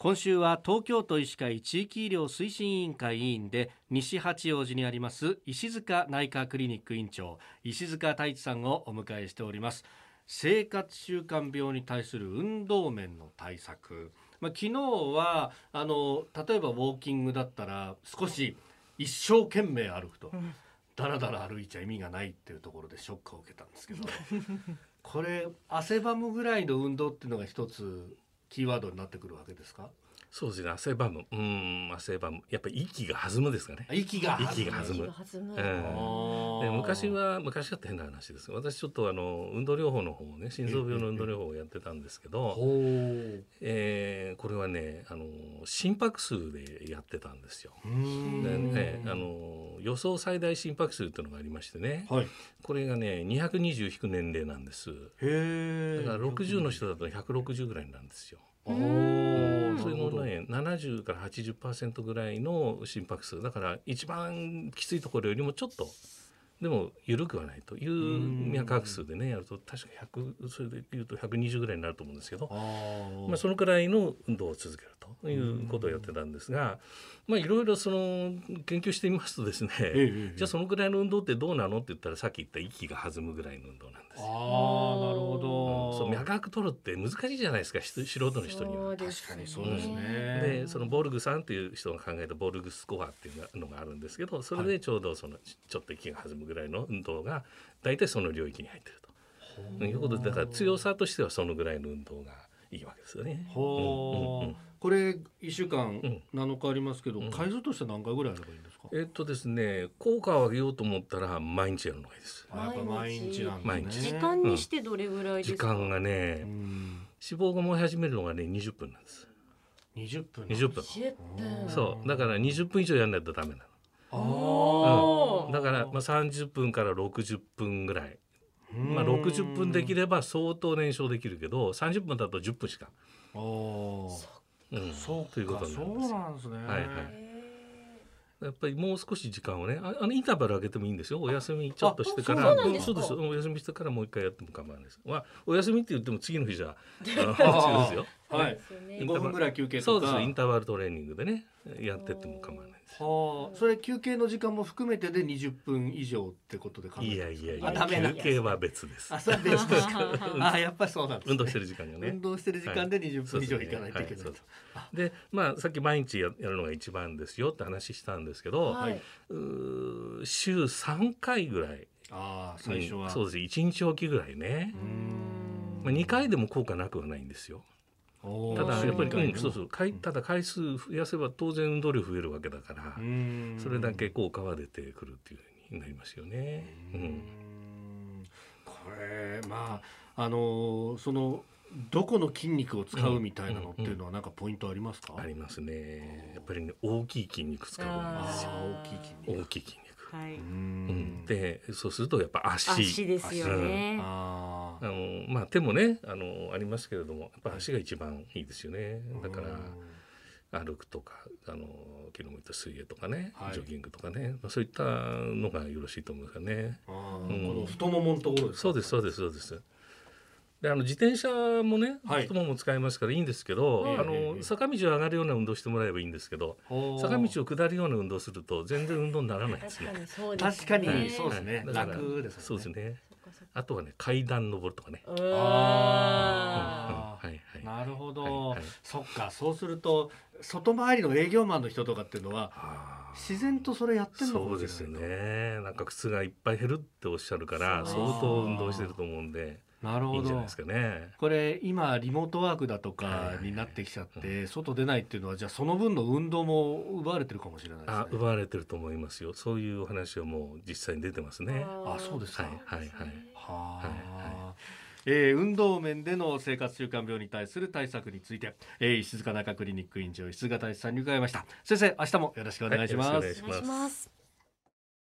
今週は東京都医師会地域医療推進委員会委員で西八王子にあります石塚内科クリニック院長石塚太一さんをお迎えしております。生活習慣病に対する運動面の対策、昨日は例えばウォーキングだったら少し一生懸命歩くと、だらだら歩いちゃ意味がないっていうところでショックを受けたんですけどこれ汗ばむぐらいの運動っていうのが一つキーワードになってくるわけですか？ そうですね、汗ばむ、汗ばむ、やっぱり息が弾むですかね。 息が弾む、で昔はって変な話です。私ちょっと運動療法の方をね、心臓病の運動療法をやってたんですけど、これはね心拍数でやってたんですよ。で、予想最大心拍数っていうのがありましてね、これがね220引く年齢なんです。だから60の人だと160ぐらいなんですよ。それのね70から 80% ぐらいの心拍数だから、一番きついところよりもちょっとでも緩くはないという脈拍数でねやると、確か100、それでいうと120ぐらいになると思うんですけど、そのくらいの運動を続けるということをやってたんですが、いろいろその研究してみますとですね、じゃあそのくらいの運動ってどうなのって言ったら、さっき言った息が弾むぐらいの運動なんですよ。 なるほど、 そう脈拍取るって難しいじゃないですか、素人の人には。 確かにそうですね。 でそのボルグさんっていう人が考えたボルグスコアっていうのがあるんですけど、それでちょうどそのちょっと息が弾むぐらいの運動が大体その領域に入っているということで、だから強さとしてはそのぐらいの運動がいいわけですよね。 これ1週間7日ありますけど、回数として何回ぐらいやればいいんですか？ ですね、効果を上げようと思ったら毎日やるのがいいです。 やっぱ毎日なんですね。 時間にしてどれぐらいですか？ 時間がね、脂肪が燃え始めるのがね20分なんです。20分そうだから20分以上やらないとダメなの。だから30分から60分ぐらい、60分できれば相当燃焼できるけど、30分だと10分しかということになるんですよ。 そうなんですね。 やっぱりもう少し時間をね、インターバル上げてもいいんですよ。お休みちょっとしてから、そうです。お休みしてからもう一回やっても構わないです。お休みって言っても次の日じゃ違うんですよ。 5分ぐらい休憩とか。 そうです。インターバルトレーニングでねやってっても構わないです。 それ休憩の時間も含めてで20分以上ってことで考えてますか？ 休憩は別です。 それは別ですか？やっぱりそうなんです。 運動してる時間がね。 運動してる時間で20分以上いかないといけないと。 でさっき毎日やるのが一番ですよって話したんですけど、週3回ぐらい、 最初はそうです。1日おきぐらいね。2回でも効果なくはないんですよ。ただやっぱりただ回数増やせば当然運動量増えるわけだから、それだけ効果は出てくるっていうふうになりますよね。 これそのどこの筋肉を使うみたいなのっていうのはなんかポイントありますか？ ありますね。やっぱりね、大きい筋肉使うんですよ。大きい筋肉。でそうするとやっぱ足ですよね。 手もねありますけれども、やっぱ足が一番いいですよね。だから歩くとか昨日も言った水泳とかね、ジョギングとかね、そういったのがよろしいと思いますね。 この太もものところですか？そうです。 で自転車もね太もも使いますからいいんですけど、坂道を上がるような運動してもらえばいいんですけど、坂道を下るような運動すると全然運動にならないですね。 確かにそうですね。楽ですね。 そうですね。あとはね、階段登るとかね。 なるほど。そっか。そうすると外回りの営業マンの人とかっていうのは自然とそれやってるのかもしれない。そうですね。なんか靴がいっぱい減るっておっしゃるから相当運動してると思うんで。 なるほど。 いいんじゃないですかね。 これ今リモートワークだとかになってきちゃって外出ないっていうのは、じゃあその分の運動も奪われてるかもしれないですね。 奪われてると思いますよ。そういうお話はもう実際に出てますね。 そうですか。 はい。 運動面での生活習慣病に対する対策について、石塚内科クリニック院長石塚太一さんに伺いました。先生、明日もよろしくお願いします。 お願いします。